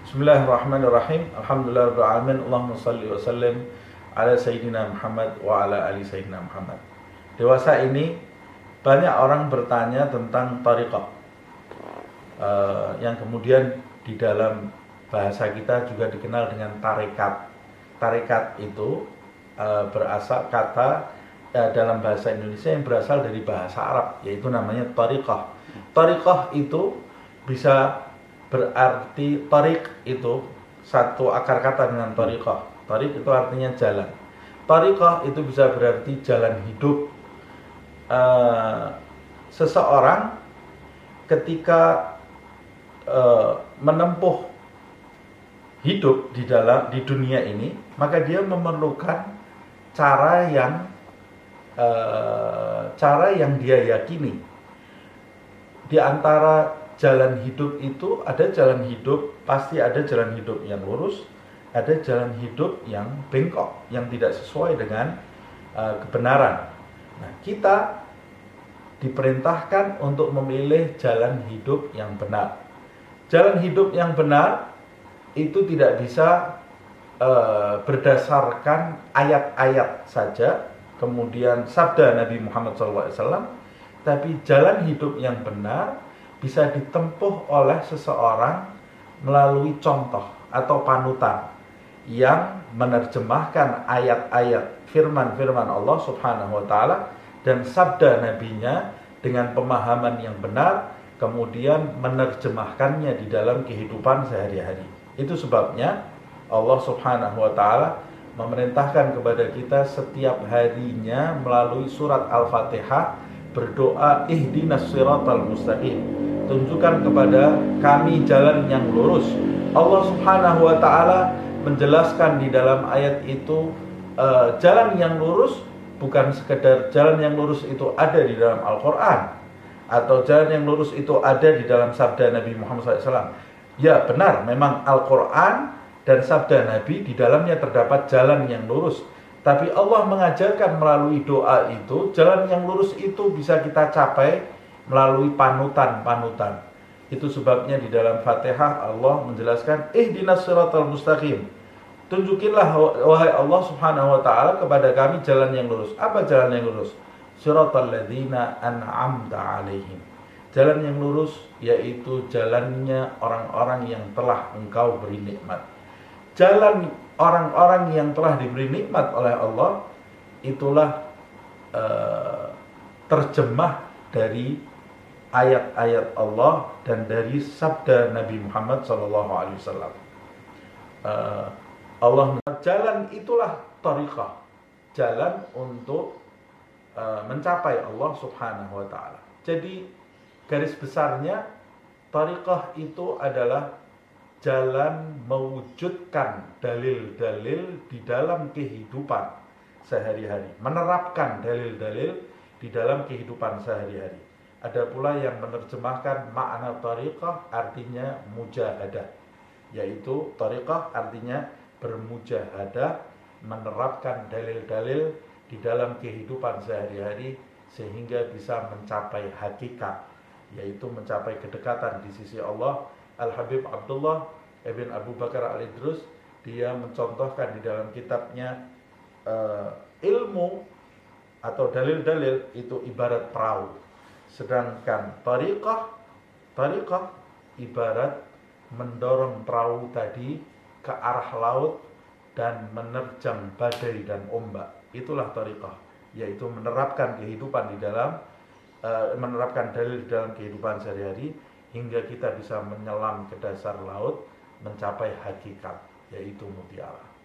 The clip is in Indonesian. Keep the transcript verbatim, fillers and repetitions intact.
Bismillahirrahmanirrahim. Alhamdulillahirabbil alamin. Allahumma shalli wa sallim ala sayyidina Muhammad wa ala ali sayyidina Muhammad. Dewasa ini banyak orang bertanya tentang thariqah. Uh, yang kemudian di dalam bahasa kita juga dikenal dengan tarekat. Tarekat itu uh, berasal kata uh, dalam bahasa Indonesia yang berasal dari bahasa Arab, yaitu namanya thariqah. Thariqah itu bisa berarti tariq, itu satu akar kata dengan thariqah. Tariq itu artinya jalan. Thariqah itu bisa berarti jalan hidup. Uh, seseorang ketika uh, menempuh hidup di dalam di dunia ini, maka dia memerlukan cara yang uh, cara yang dia yakini. Di antara jalan hidup itu ada jalan hidup, pasti ada jalan hidup yang lurus, ada jalan hidup yang bengkok, yang tidak sesuai dengan uh, kebenaran. Nah, kita diperintahkan untuk memilih jalan hidup yang benar. Jalan hidup yang benar itu tidak bisa uh, berdasarkan ayat-ayat saja, kemudian sabda Nabi Muhammad shallallahu alaihi wasallam, tapi jalan hidup yang benar bisa ditempuh oleh seseorang melalui contoh atau panutan yang menerjemahkan ayat-ayat firman-firman Allah Subhanahu wa taala dan sabda nabinya dengan pemahaman yang benar, kemudian menerjemahkannya di dalam kehidupan sehari-hari. Itu sebabnya Allah Subhanahu wa taala memerintahkan kepada kita setiap harinya melalui surat Al-Fatihah berdoa, ihdinas siratal mustaqim, tunjukkan kepada kami jalan yang lurus. Allah Subhanahu wa taala menjelaskan di dalam ayat itu, uh, jalan yang lurus bukan sekedar jalan yang lurus itu ada di dalam Al-Quran, atau jalan yang lurus itu ada di dalam sabda Nabi Muhammad shallallahu alaihi wasallam. Ya benar, memang Al-Quran dan sabda Nabi di dalamnya terdapat jalan yang lurus. Tapi Allah mengajarkan melalui doa itu, jalan yang lurus itu bisa kita capai melalui panutan-panutan. Itu sebabnya di dalam Fatihah Allah menjelaskan, ihdinas siratal mustaqim, tunjukinlah wahai Allah Subhanahu wa taala kepada kami jalan yang lurus. Apa jalan yang lurus? Siratal ladzina an'amta alaihim, jalan yang lurus yaitu jalannya orang-orang yang telah engkau beri nikmat. Jalan orang-orang yang telah diberi nikmat oleh Allah, itulah uh, terjemah dari ayat-ayat Allah dan dari sabda Nabi Muhammad shallallahu alaihi wasallam. Uh, Allah jalan itulah thariqah, jalan untuk uh, mencapai Allah Subhanahu wa taala. Jadi garis besarnya thariqah itu adalah jalan mewujudkan dalil-dalil di dalam kehidupan sehari-hari, menerapkan dalil-dalil di dalam kehidupan sehari-hari. Ada pula yang menerjemahkan makna thariqah artinya mujahadah, yaitu thariqah artinya bermujahadah, menerapkan dalil-dalil di dalam kehidupan sehari-hari sehingga bisa mencapai hakikat, yaitu mencapai kedekatan di sisi Allah. Al-Habib Abdullah ibn Abu Bakar Al-Idrus, dia mencontohkan di dalam kitabnya, uh, ilmu atau dalil-dalil itu ibarat perahu, sedangkan thariqah thariqah ibarat mendorong perahu tadi ke arah laut dan menerjang badai dan ombak. Itulah thariqah, yaitu menerapkan kehidupan di dalam uh, menerapkan dalil di dalam kehidupan sehari-hari hingga kita bisa menyelam ke dasar laut mencapai hakikat, yaitu mutiara.